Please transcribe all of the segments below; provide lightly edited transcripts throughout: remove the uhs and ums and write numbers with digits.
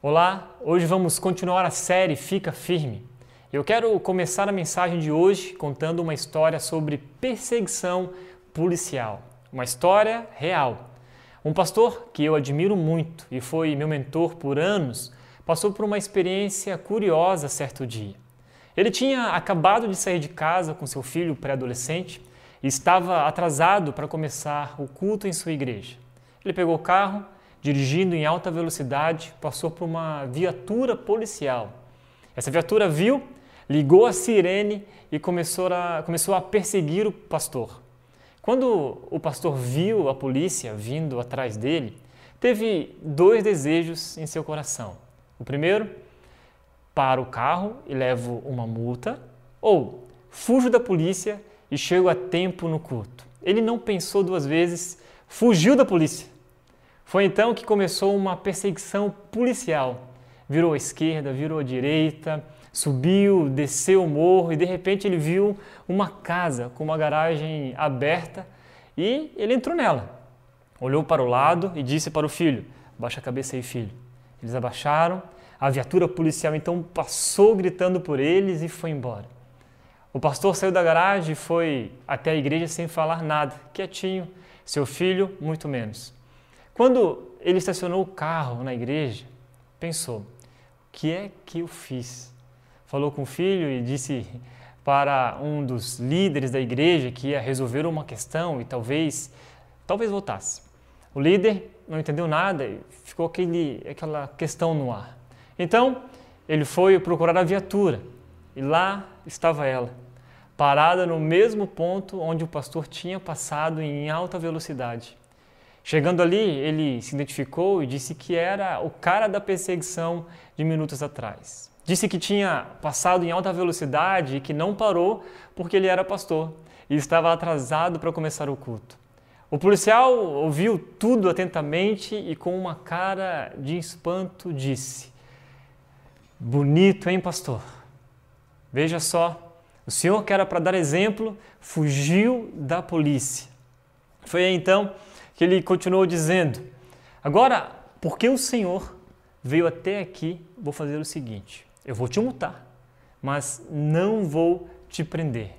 Olá, hoje vamos continuar a série Fica Firme. Eu quero começar a mensagem de hoje contando uma história sobre perseguição policial, uma história real. Um pastor que eu admiro muito e foi meu mentor por anos, passou por uma experiência curiosa certo dia. Ele tinha acabado de sair de casa com seu filho pré-adolescente e estava atrasado para começar o culto em sua igreja. Ele pegou o carro, dirigindo em alta velocidade, passou por uma viatura policial. Essa viatura viu, ligou a sirene e começou a perseguir o pastor. Quando o pastor viu a polícia vindo atrás dele, teve dois desejos em seu coração. O primeiro, paro o carro e levo uma multa, ou fujo da polícia e chego a tempo no culto. Ele não pensou duas vezes, fugiu da polícia. Foi então que começou uma perseguição policial. Virou à esquerda, virou à direita, subiu, desceu o morro e de repente ele viu uma casa com uma garagem aberta e ele entrou nela. Olhou para o lado e disse para o filho: "Abaixa a cabeça aí, filho." Eles abaixaram, a viatura policial então passou gritando por eles e foi embora. O pastor saiu da garagem e foi até a igreja sem falar nada, quietinho, seu filho muito menos. Quando ele estacionou o carro na igreja, pensou: o que é que eu fiz? Falou com o filho e disse para um dos líderes da igreja que ia resolver uma questão e talvez voltasse. O líder não entendeu nada e ficou aquela questão no ar. Então, ele foi procurar a viatura e lá estava ela, parada no mesmo ponto onde o pastor tinha passado em alta velocidade. Chegando ali, ele se identificou e disse que era o cara da perseguição de minutos atrás. Disse que tinha passado em alta velocidade e que não parou porque ele era pastor e estava atrasado para começar o culto. O policial ouviu tudo atentamente e com uma cara de espanto disse: "Bonito, hein, pastor? Veja só, o senhor que era para dar exemplo, fugiu da polícia." Foi aí então que ele continuou dizendo: "Agora, porque o senhor veio até aqui, vou fazer o seguinte: eu vou te multar, mas não vou te prender.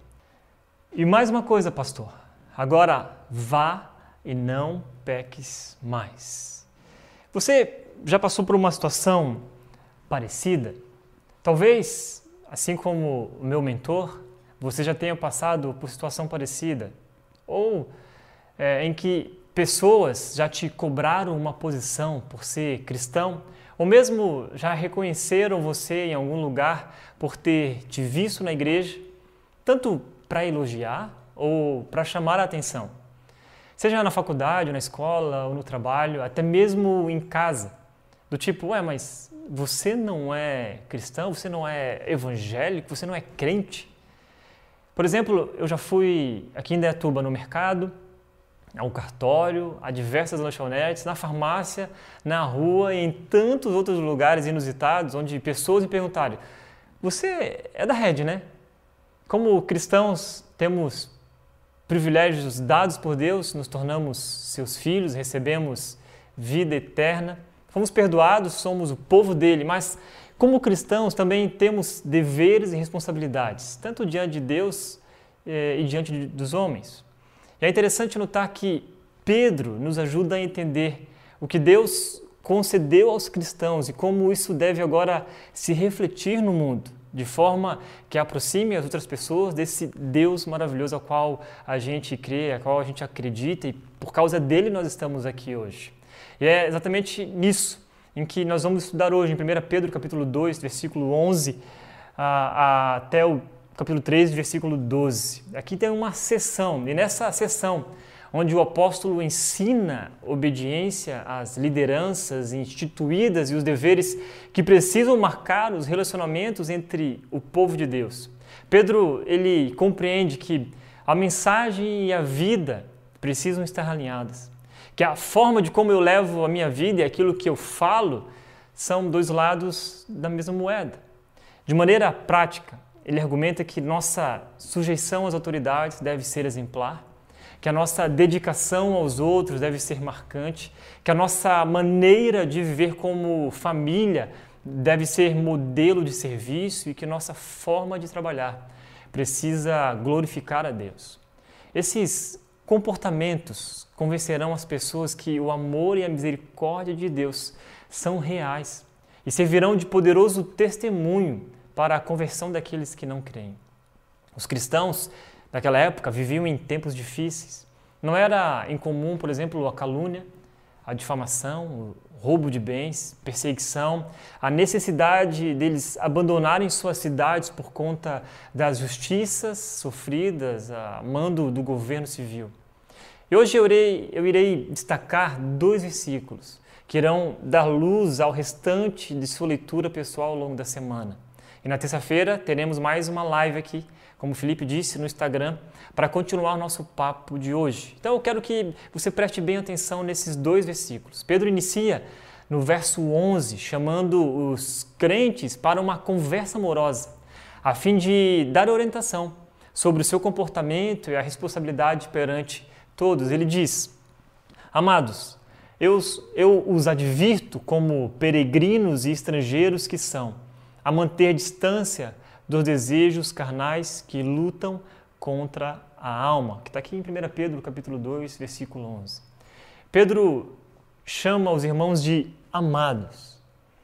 E mais uma coisa, pastor, agora vá e não peques mais." Você já passou por uma situação parecida? Talvez, assim como o meu mentor, você já tenha passado por situação parecida, ou em que pessoas já te cobraram uma posição por ser cristão, ou mesmo já reconheceram você em algum lugar por ter te visto na igreja, tanto para elogiar ou para chamar a atenção. Seja na faculdade, na escola ou no trabalho, até mesmo em casa. Do tipo: mas você não é cristão, você não é evangélico, você não é crente? Por exemplo, eu já fui aqui em Indaiatuba no mercado, ao cartório, a diversas lanchonetes, na farmácia, na rua e em tantos outros lugares inusitados onde pessoas me perguntaram: "Você é da Red, né?" Como cristãos temos privilégios dados por Deus, nos tornamos seus filhos, recebemos vida eterna, fomos perdoados, somos o povo dele, mas como cristãos também temos deveres e responsabilidades, tanto diante de Deus e diante dos homens. E é interessante notar que Pedro nos ajuda a entender o que Deus concedeu aos cristãos e como isso deve agora se refletir no mundo, de forma que aproxime as outras pessoas desse Deus maravilhoso ao qual a gente crê, ao qual a gente acredita e por causa dele nós estamos aqui hoje. E é exatamente nisso em que nós vamos estudar hoje, em 1 Pedro capítulo 2, versículo 11 até o capítulo 3, versículo 12. Aqui tem uma seção, e nessa seção, onde o apóstolo ensina obediência às lideranças instituídas e os deveres que precisam marcar os relacionamentos entre o povo de Deus. Pedro, ele compreende que a mensagem e a vida precisam estar alinhadas, que a forma de como eu levo a minha vida e aquilo que eu falo são dois lados da mesma moeda. De maneira prática, ele argumenta que nossa sujeição às autoridades deve ser exemplar, que a nossa dedicação aos outros deve ser marcante, que a nossa maneira de viver como família deve ser modelo de serviço e que nossa forma de trabalhar precisa glorificar a Deus. Esses comportamentos convencerão as pessoas que o amor e a misericórdia de Deus são reais e servirão de poderoso testemunho para a conversão daqueles que não creem. Os cristãos daquela época viviam em tempos difíceis. Não era incomum, por exemplo, a calúnia, a difamação, o roubo de bens, perseguição, a necessidade deles abandonarem suas cidades por conta das justiças sofridas a mando do governo civil. E hoje eu irei destacar 2 versículos que irão dar luz ao restante de sua leitura pessoal ao longo da semana. E na terça-feira teremos mais uma live aqui, como o Felipe disse, no Instagram, para continuar o nosso papo de hoje. Então eu quero que você preste bem atenção nesses 2 versículos. Pedro inicia no verso 11, chamando os crentes para uma conversa amorosa, a fim de dar orientação sobre o seu comportamento e a responsabilidade perante todos. Ele diz: amados, eu os advirto como peregrinos e estrangeiros que são, a manter distância dos desejos carnais que lutam contra a alma, que está aqui em 1 Pedro, capítulo 2, versículo 11. Pedro chama os irmãos de amados.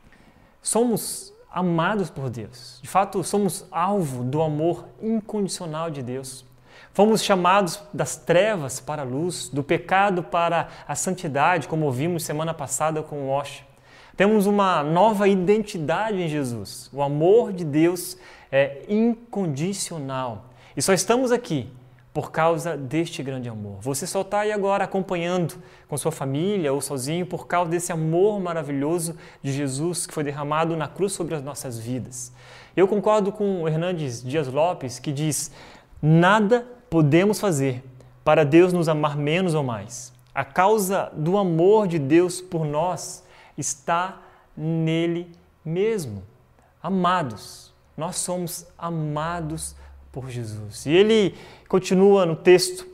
Somos amados por Deus. De fato, somos alvo do amor incondicional de Deus. Fomos chamados das trevas para a luz, do pecado para a santidade, como ouvimos semana passada com o Osha. Temos uma nova identidade em Jesus. O amor de Deus é incondicional. E só estamos aqui por causa deste grande amor. Você só está aí agora acompanhando com sua família ou sozinho por causa desse amor maravilhoso de Jesus que foi derramado na cruz sobre as nossas vidas. Eu concordo com o Hernandes Dias Lopes, que diz: nada podemos fazer para Deus nos amar menos ou mais. A causa do amor de Deus por nós está nele mesmo. Amados, nós somos amados por Jesus. E ele continua no texto: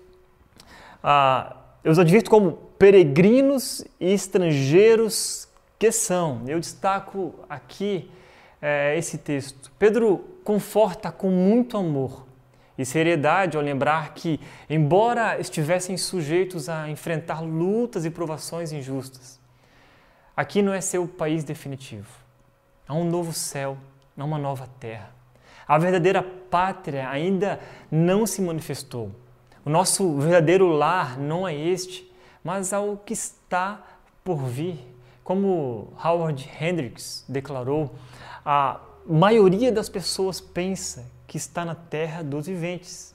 eu os advirto como peregrinos e estrangeiros que são. Eu destaco aqui esse texto. Pedro conforta com muito amor e seriedade ao lembrar que, embora estivessem sujeitos a enfrentar lutas e provações injustas, aqui não é seu país definitivo. Há um novo céu, há uma nova terra. A verdadeira pátria ainda não se manifestou. O nosso verdadeiro lar não é este, mas ao que está por vir. Como Howard Hendricks declarou, a maioria das pessoas pensa que está na terra dos viventes,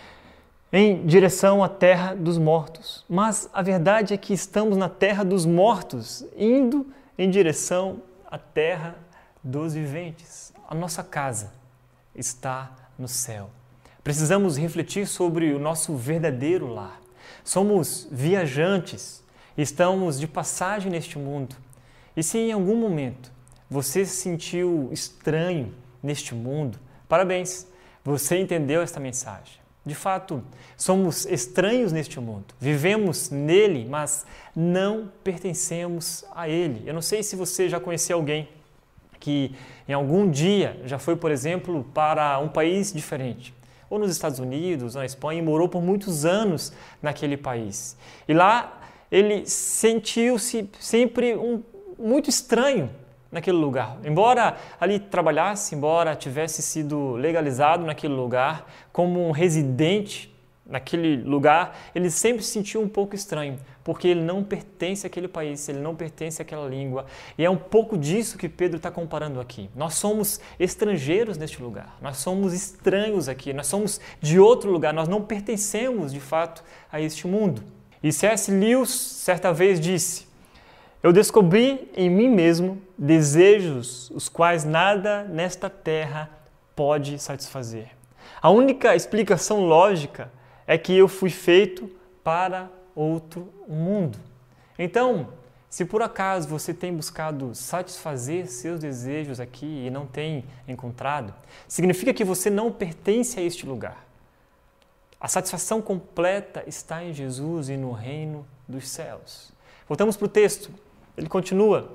em direção à terra dos mortos. Mas a verdade é que estamos na terra dos mortos, indo em direção à terra dos viventes. A nossa casa está no céu. Precisamos refletir sobre o nosso verdadeiro lar. Somos viajantes, estamos de passagem neste mundo. E se em algum momento você se sentiu estranho neste mundo, parabéns, você entendeu esta mensagem. De fato, somos estranhos neste mundo. Vivemos nele, mas não pertencemos a ele. Eu não sei se você já conheceu alguém que em algum dia já foi, por exemplo, para um país diferente, ou nos Estados Unidos, ou na Espanha, e morou por muitos anos naquele país. E lá ele sentiu-se sempre muito estranho naquele lugar. Embora ali trabalhasse, embora tivesse sido legalizado naquele lugar, como um residente naquele lugar, ele sempre se sentiu um pouco estranho, porque ele não pertence àquele país, ele não pertence àquela língua. E é um pouco disso que Pedro está comparando aqui. Nós somos estrangeiros neste lugar, nós somos estranhos aqui, nós somos de outro lugar, nós não pertencemos de fato a este mundo. E C.S. Lewis certa vez disse: eu descobri em mim mesmo desejos os quais nada nesta terra pode satisfazer. A única explicação lógica é que eu fui feito para outro mundo. Então, se por acaso você tem buscado satisfazer seus desejos aqui e não tem encontrado, significa que você não pertence a este lugar. A satisfação completa está em Jesus e no reino dos céus. Voltamos para o texto. Ele continua.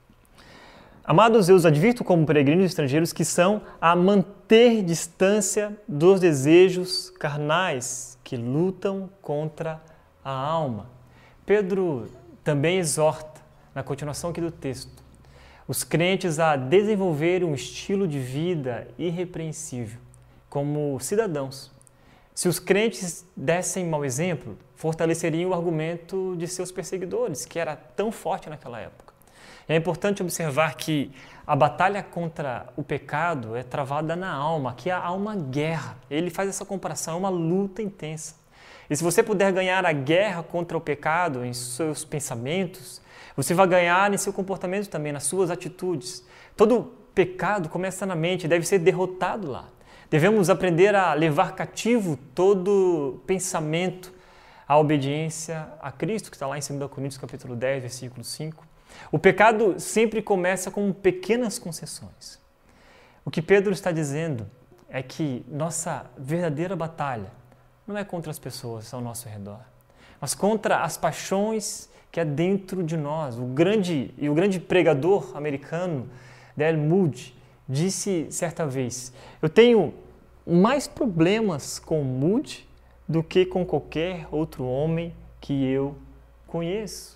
Amados, eu os advirto como peregrinos estrangeiros que são a manter distância dos desejos carnais que lutam contra a alma. Pedro também exorta, na continuação aqui do texto, os crentes a desenvolverem um estilo de vida irrepreensível, como cidadãos. Se os crentes dessem mau exemplo, fortaleceriam o argumento de seus perseguidores, que era tão forte naquela época. É importante observar que a batalha contra o pecado é travada na alma, aqui há uma guerra. Ele faz essa comparação, é uma luta intensa. E se você puder ganhar a guerra contra o pecado em seus pensamentos, você vai ganhar em seu comportamento também, nas suas atitudes. Todo pecado começa na mente, deve ser derrotado lá. Devemos aprender a levar cativo todo pensamento à obediência a Cristo, que está lá em 2 Coríntios capítulo 10, versículo 5. O pecado sempre começa com pequenas concessões. O que Pedro está dizendo é que nossa verdadeira batalha não é contra as pessoas ao nosso redor, mas contra as paixões que há dentro de nós. O grande pregador americano, D.L. Moody, disse certa vez: eu tenho mais problemas com Moody do que com qualquer outro homem que eu conheço.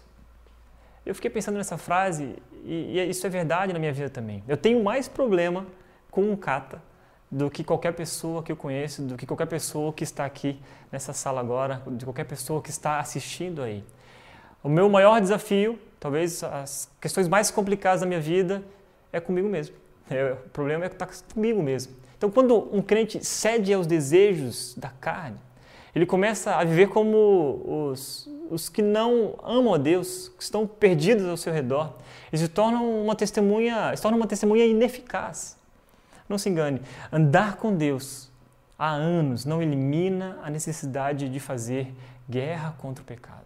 Eu fiquei pensando nessa frase e isso é verdade na minha vida também. Eu tenho mais problema com um Cata do que qualquer pessoa que eu conheço, do que qualquer pessoa que está aqui nessa sala agora, de qualquer pessoa que está assistindo aí. O meu maior desafio, talvez as questões mais complicadas da minha vida, é comigo mesmo. O problema é estar comigo mesmo. Então, quando um crente cede aos desejos da carne, ele começa a viver como os que não amam a Deus, que estão perdidos ao seu redor, e se tornam uma testemunha ineficaz. Não se engane, andar com Deus há anos não elimina a necessidade de fazer guerra contra o pecado.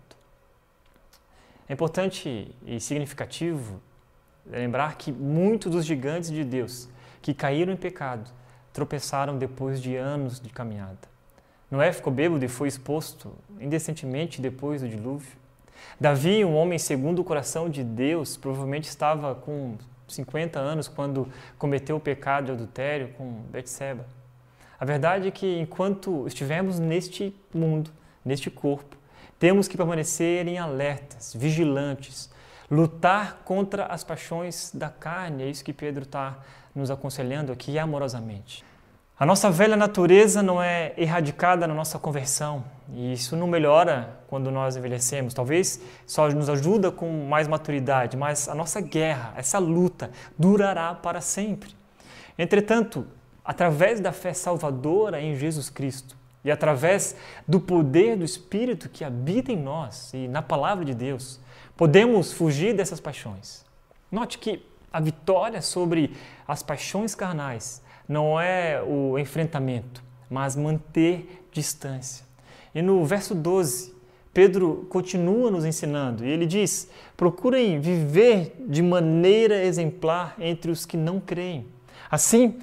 É importante e significativo lembrar que muitos dos gigantes de Deus que caíram em pecado tropeçaram depois de anos de caminhada. Noé ficou bêbado e foi exposto indecentemente depois do dilúvio. Davi, um homem segundo o coração de Deus, provavelmente estava com 50 anos quando cometeu o pecado de adultério com Betseba. A verdade é que enquanto estivermos neste mundo, neste corpo, temos que permanecer em alertas, vigilantes, lutar contra as paixões da carne. É isso que Pedro está nos aconselhando aqui amorosamente. A nossa velha natureza não é erradicada na nossa conversão e isso não melhora quando nós envelhecemos. Talvez só nos ajuda com mais maturidade, mas a nossa guerra, essa luta, durará para sempre. Entretanto, através da fé salvadora em Jesus Cristo e através do poder do Espírito que habita em nós e na Palavra de Deus, podemos fugir dessas paixões. Note que a vitória sobre as paixões carnais não é o enfrentamento, mas manter distância. E no verso 12, Pedro continua nos ensinando e ele diz: procurem viver de maneira exemplar entre os que não creem. Assim,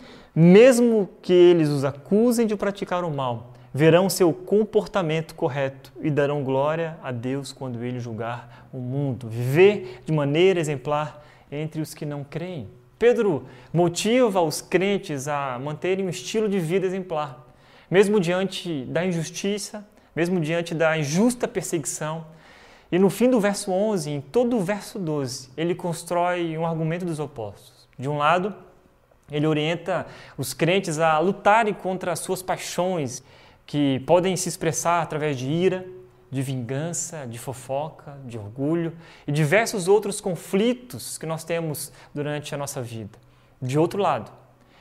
mesmo que eles os acusem de praticar o mal, verão seu comportamento correto e darão glória a Deus quando Ele julgar o mundo. Viver de maneira exemplar entre os que não creem. Pedro motiva os crentes a manterem um estilo de vida exemplar, mesmo diante da injustiça, mesmo diante da injusta perseguição. E no fim do verso 11, em todo o verso 12, ele constrói um argumento dos opostos. De um lado, ele orienta os crentes a lutarem contra as suas paixões, que podem se expressar através de ira, de vingança, de fofoca, de orgulho e diversos outros conflitos que nós temos durante a nossa vida. De outro lado,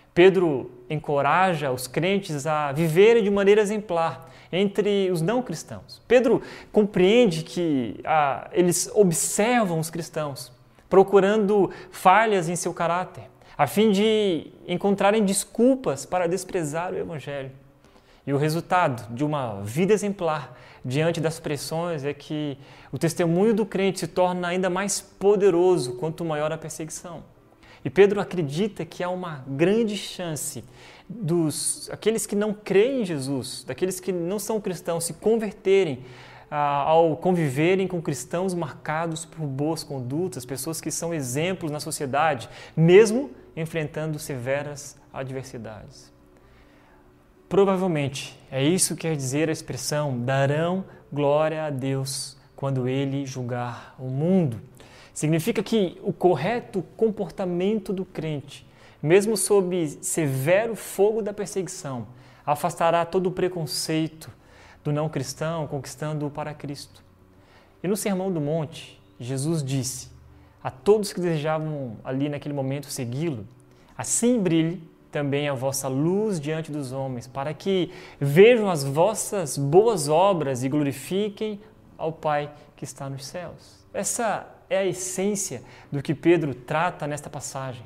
Pedro encoraja os crentes a viverem de maneira exemplar entre os não cristãos. Pedro compreende que eles observam os cristãos, procurando falhas em seu caráter, a fim de encontrarem desculpas para desprezar o Evangelho. E o resultado de uma vida exemplar diante das pressões é que o testemunho do crente se torna ainda mais poderoso quanto maior a perseguição. E Pedro acredita que há uma grande chance aqueles que não creem em Jesus, daqueles que não são cristãos, se converterem ao conviverem com cristãos marcados por boas condutas, pessoas que são exemplos na sociedade, mesmo enfrentando severas adversidades. Provavelmente, é isso que quer dizer a expressão darão glória a Deus quando Ele julgar o mundo. Significa que o correto comportamento do crente, mesmo sob severo fogo da perseguição, afastará todo o preconceito do não cristão, conquistando-o para Cristo. E no Sermão do Monte, Jesus disse a todos que desejavam ali naquele momento segui-lo: assim brilhe também a vossa luz diante dos homens, para que vejam as vossas boas obras e glorifiquem ao Pai que está nos céus. Essa é a essência do que Pedro trata nesta passagem.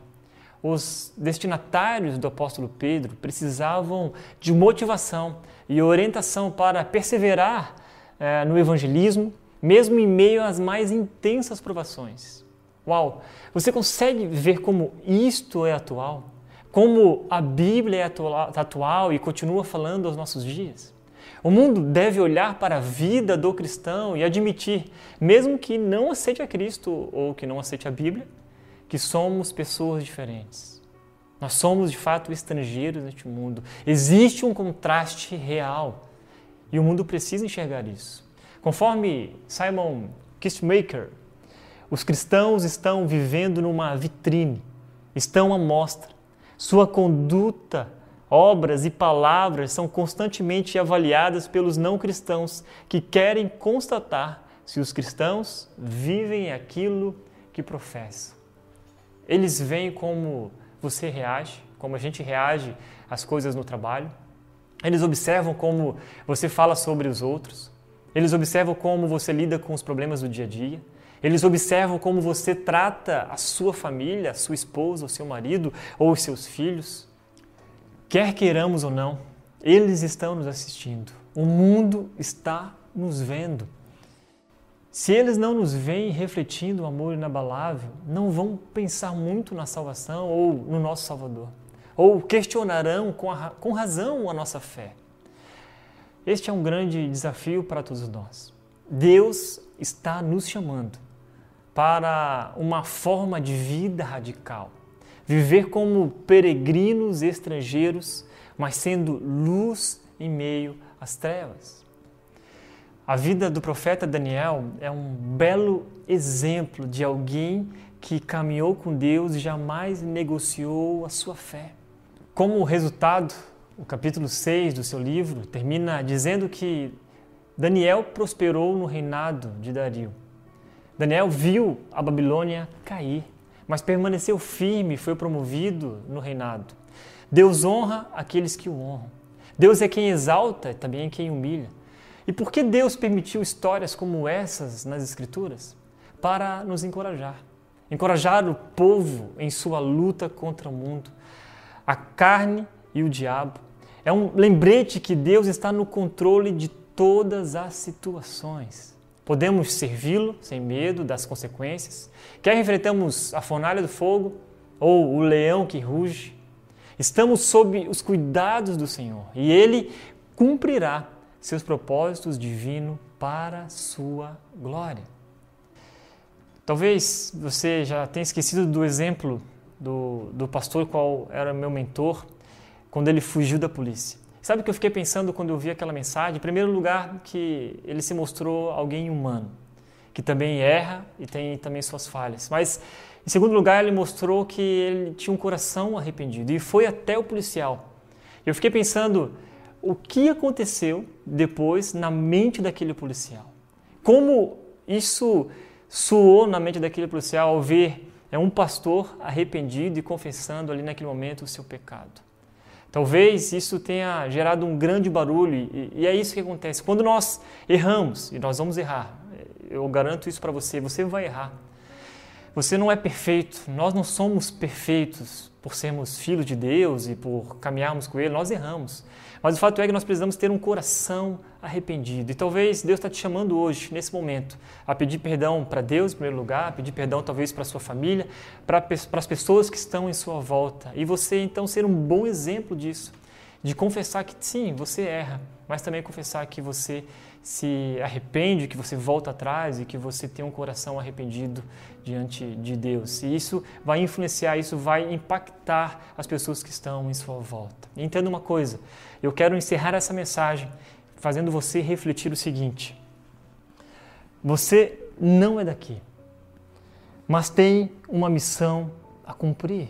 Os destinatários do apóstolo Pedro precisavam de motivação e orientação para perseverar no evangelismo, mesmo em meio às mais intensas provações. Uau! Você consegue ver como isto é atual? Como a Bíblia é atual e continua falando aos nossos dias? O mundo deve olhar para a vida do cristão e admitir, mesmo que não aceite a Cristo ou que não aceite a Bíblia, que somos pessoas diferentes. Nós somos, de fato, estrangeiros neste mundo. Existe um contraste real e o mundo precisa enxergar isso. Conforme Simon Kistemaker, os cristãos estão vivendo numa vitrine, estão à mostra. Sua conduta, obras e palavras são constantemente avaliadas pelos não cristãos que querem constatar se os cristãos vivem aquilo que professam. Eles veem como você reage, como a gente reage às coisas no trabalho. Eles observam como você fala sobre os outros. Eles observam como você lida com os problemas do dia a dia. Eles observam como você trata a sua família, a sua esposa, o seu marido ou os seus filhos. Quer queiramos ou não, eles estão nos assistindo. O mundo está nos vendo. Se eles não nos veem refletindo o amor inabalável, não vão pensar muito na salvação ou no nosso Salvador. Ou questionarão com razão a nossa fé. Este é um grande desafio para todos nós. Deus está nos chamando para uma forma de vida radical. Viver como peregrinos estrangeiros, mas sendo luz em meio às trevas. A vida do profeta Daniel é um belo exemplo de alguém que caminhou com Deus e jamais negociou a sua fé. Como resultado, o capítulo 6 do seu livro termina dizendo que Daniel prosperou no reinado de Dario. Daniel viu a Babilônia cair, mas permaneceu firme e foi promovido no reinado. Deus honra aqueles que o honram. Deus é quem exalta e também é quem humilha. E por que Deus permitiu histórias como essas nas Escrituras? Para nos encorajar. Encorajar o povo em sua luta contra o mundo, a carne e o diabo. É um lembrete que Deus está no controle de todas as situações. Podemos servi-lo sem medo das consequências, quer enfrentamos a fornalha do fogo ou o leão que ruge. Estamos sob os cuidados do Senhor e Ele cumprirá seus propósitos divinos para a sua glória. Talvez você já tenha esquecido do exemplo do pastor qual era meu mentor quando ele fugiu da polícia. Sabe o que eu fiquei pensando quando eu vi aquela mensagem? Em primeiro lugar, que ele se mostrou alguém humano, que também erra e tem também suas falhas. Mas, em segundo lugar, ele mostrou que ele tinha um coração arrependido e foi até o policial. Eu fiquei pensando o que aconteceu depois na mente daquele policial. Como isso soou na mente daquele policial ao ver um pastor arrependido e confessando ali naquele momento o seu pecado. Talvez isso tenha gerado um grande barulho e é isso que acontece. Quando nós erramos, e nós vamos errar, eu garanto isso para você, você vai errar. Você não é perfeito, nós não somos perfeitos, por sermos filhos de Deus e por caminharmos com Ele, nós erramos. Mas o fato é que nós precisamos ter um coração arrependido. E talvez Deus está te chamando hoje, nesse momento, a pedir perdão para Deus, em primeiro lugar, a pedir perdão talvez para a sua família, para as pessoas que estão em sua volta. E você, então, ser um bom exemplo disso, de confessar que, sim, você erra, mas também confessar que você se arrepende, que você volta atrás e que você tem um coração arrependido diante de Deus. E isso vai influenciar, isso vai impactar as pessoas que estão em sua volta. E entenda uma coisa, eu quero encerrar essa mensagem fazendo você refletir o seguinte: você não é daqui, mas tem uma missão a cumprir.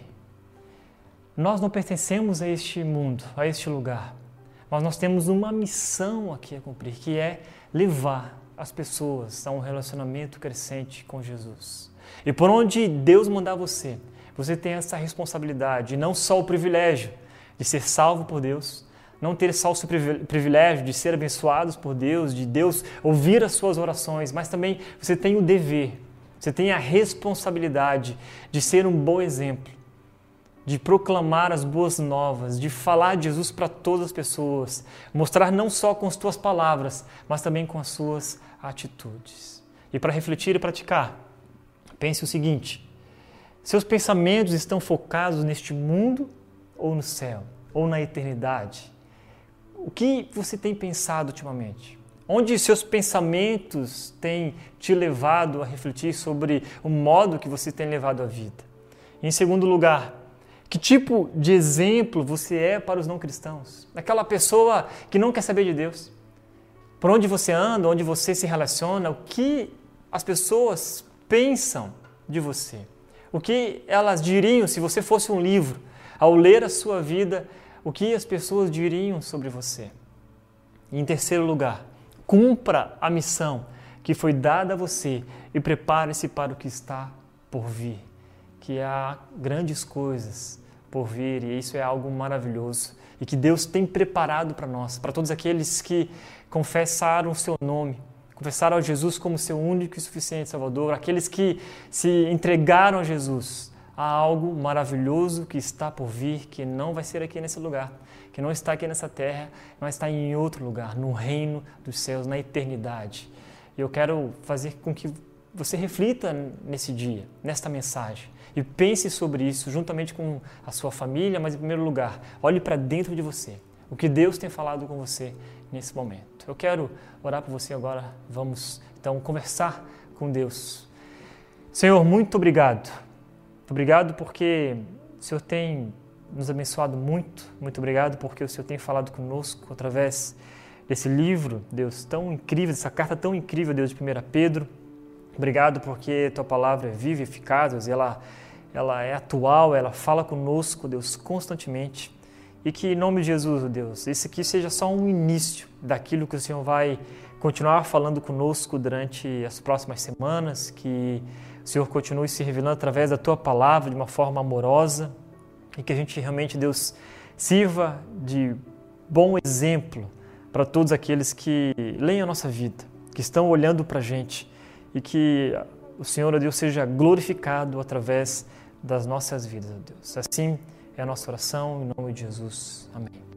Nós não pertencemos a este mundo, a este lugar, mas nós temos uma missão aqui a cumprir, que é levar as pessoas a um relacionamento crescente com Jesus. E por onde Deus mandar você, você tem essa responsabilidade, não só o privilégio de ser salvo por Deus, não ter só o privilégio de ser abençoados por Deus, de Deus ouvir as suas orações, mas também você tem o dever, você tem a responsabilidade de ser um bom exemplo, de proclamar as boas novas, de falar de Jesus para todas as pessoas, mostrar não só com as tuas palavras, mas também com as suas atitudes. E para refletir e praticar, pense o seguinte: seus pensamentos estão focados neste mundo ou no céu, ou na eternidade? O que você tem pensado ultimamente? Onde seus pensamentos têm te levado a refletir sobre o modo que você tem levado a vida? Em segundo lugar, que tipo de exemplo você é para os não cristãos? Aquela pessoa que não quer saber de Deus. Por onde você anda, onde você se relaciona, o que as pessoas pensam de você? O que elas diriam se você fosse um livro? Ao ler a sua vida, o que as pessoas diriam sobre você? E em terceiro lugar, cumpra a missão que foi dada a você e prepare-se para o que está por vir, que há grandes coisas por vir, e isso é algo maravilhoso e que Deus tem preparado para nós, para todos aqueles que confessaram o seu nome, confessaram a Jesus como seu único e suficiente Salvador, aqueles que se entregaram a Jesus. Há algo maravilhoso que está por vir, que não vai ser aqui nesse lugar, que não está aqui nessa terra, mas está em outro lugar, no reino dos céus, na eternidade. E eu quero fazer com que você reflita nesse dia, nesta mensagem, e pense sobre isso juntamente com a sua família, mas em primeiro lugar, olhe para dentro de você, o que Deus tem falado com você nesse momento. Eu quero orar por você agora, vamos então conversar com Deus. Senhor, muito obrigado. Obrigado porque o Senhor tem nos abençoado muito, muito obrigado porque o Senhor tem falado conosco através desse livro, Deus, tão incrível, essa carta tão incrível, Deus, de 1 Pedro. Obrigado porque Tua palavra é viva e eficaz, Deus, ela é atual, ela fala conosco, Deus, constantemente. E que em nome de Jesus, Deus, esse aqui seja só um início daquilo que o Senhor vai continuar falando conosco durante as próximas semanas, que o Senhor continue se revelando através da Tua palavra de uma forma amorosa e que a gente realmente, Deus, sirva de bom exemplo para todos aqueles que leem a nossa vida, que estão olhando para a gente e que o Senhor, ó Deus, seja glorificado através das nossas vidas, ó Deus. Assim é a nossa oração, em nome de Jesus. Amém.